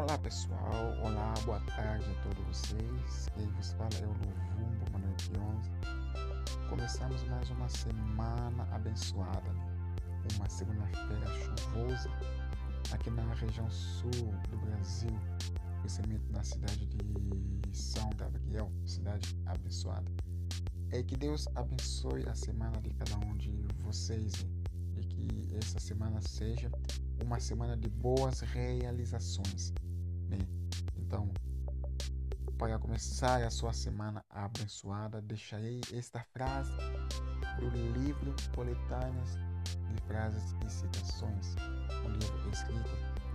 Olá pessoal, olá, boa tarde a todos vocês. Quem vos fala é o Luvumbo Manuel Pionza. Começamos mais uma semana abençoada, uma segunda-feira chuvosa aqui na região sul do Brasil, principalmente na cidade de São Gabriel, cidade abençoada. É que Deus abençoe a semana de cada um de vocês e que essa semana seja uma semana de boas realizações, né? Então, para começar a sua semana abençoada, deixarei esta frase do livro Coletâneas de Frases e Citações, um livro escrito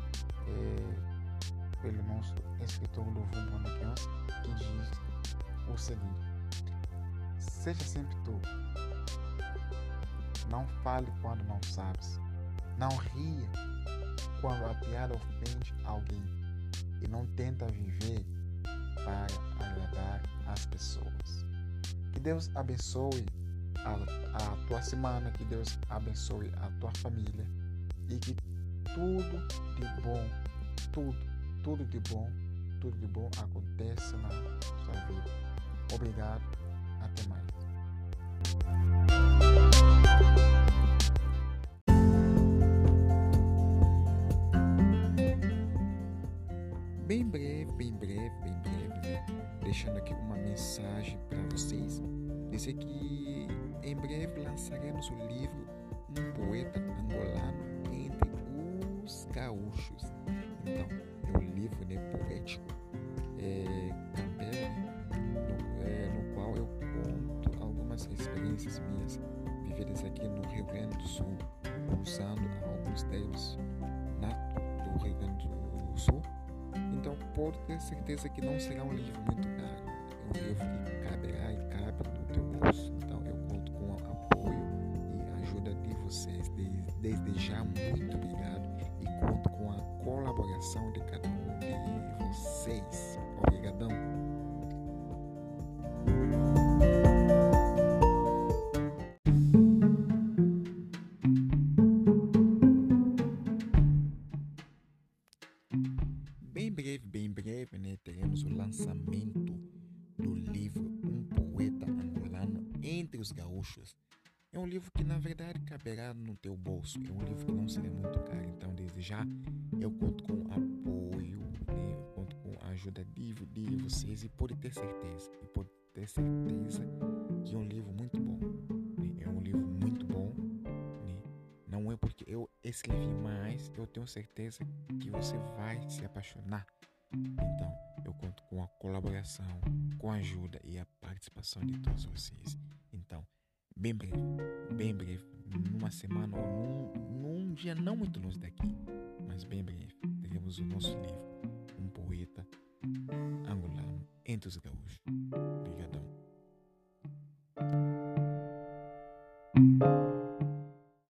pelo nosso escritor Luvumbo Manuel, que diz o seguinte: seja sempre tu, não fale quando não sabes, não ria quando a piada ofende alguém e não tenta viver para agradar as pessoas. Que Deus abençoe a tua semana, que Deus abençoe a tua família e que tudo de bom aconteça na sua vida. Obrigado, até mais. Bem breve, deixando aqui uma mensagem para vocês. Dizer que em breve lançaremos o livro Um Poeta Angolano entre os Gaúchos. Então, é um livro poético, no qual eu conto algumas experiências minhas vividas aqui no Rio Grande do Sul, usando alguns termos do Rio Grande do Sul. Então, pode ter certeza que não será um livro muito caro. É um livro que caberá e cabe no teu bolso. Então, eu conto com o apoio e a ajuda de vocês. Desde já, muito obrigado. E conto com a colaboração de cada um de vocês. Obrigadão. Bem breve, né, teremos o lançamento do livro Um Poeta Angolano entre os Gaúchos. É um livro que, na verdade, caberá no teu bolso. É um livro que não será muito caro. Então, desde já, eu conto com o apoio, né, eu conto com a ajuda de vocês e pode ter certeza que é um livro muito bom, né? É um livro muito bom, né? Não é porque eu escrevi, mas eu tenho certeza que você vai se apaixonar. Então, eu conto com a colaboração, com a ajuda e a participação de todos vocês. Então, bem breve, numa semana ou num dia não muito longe daqui, mas bem breve, teremos o nosso livro, Um Poeta Angolano entre os Gaúchos.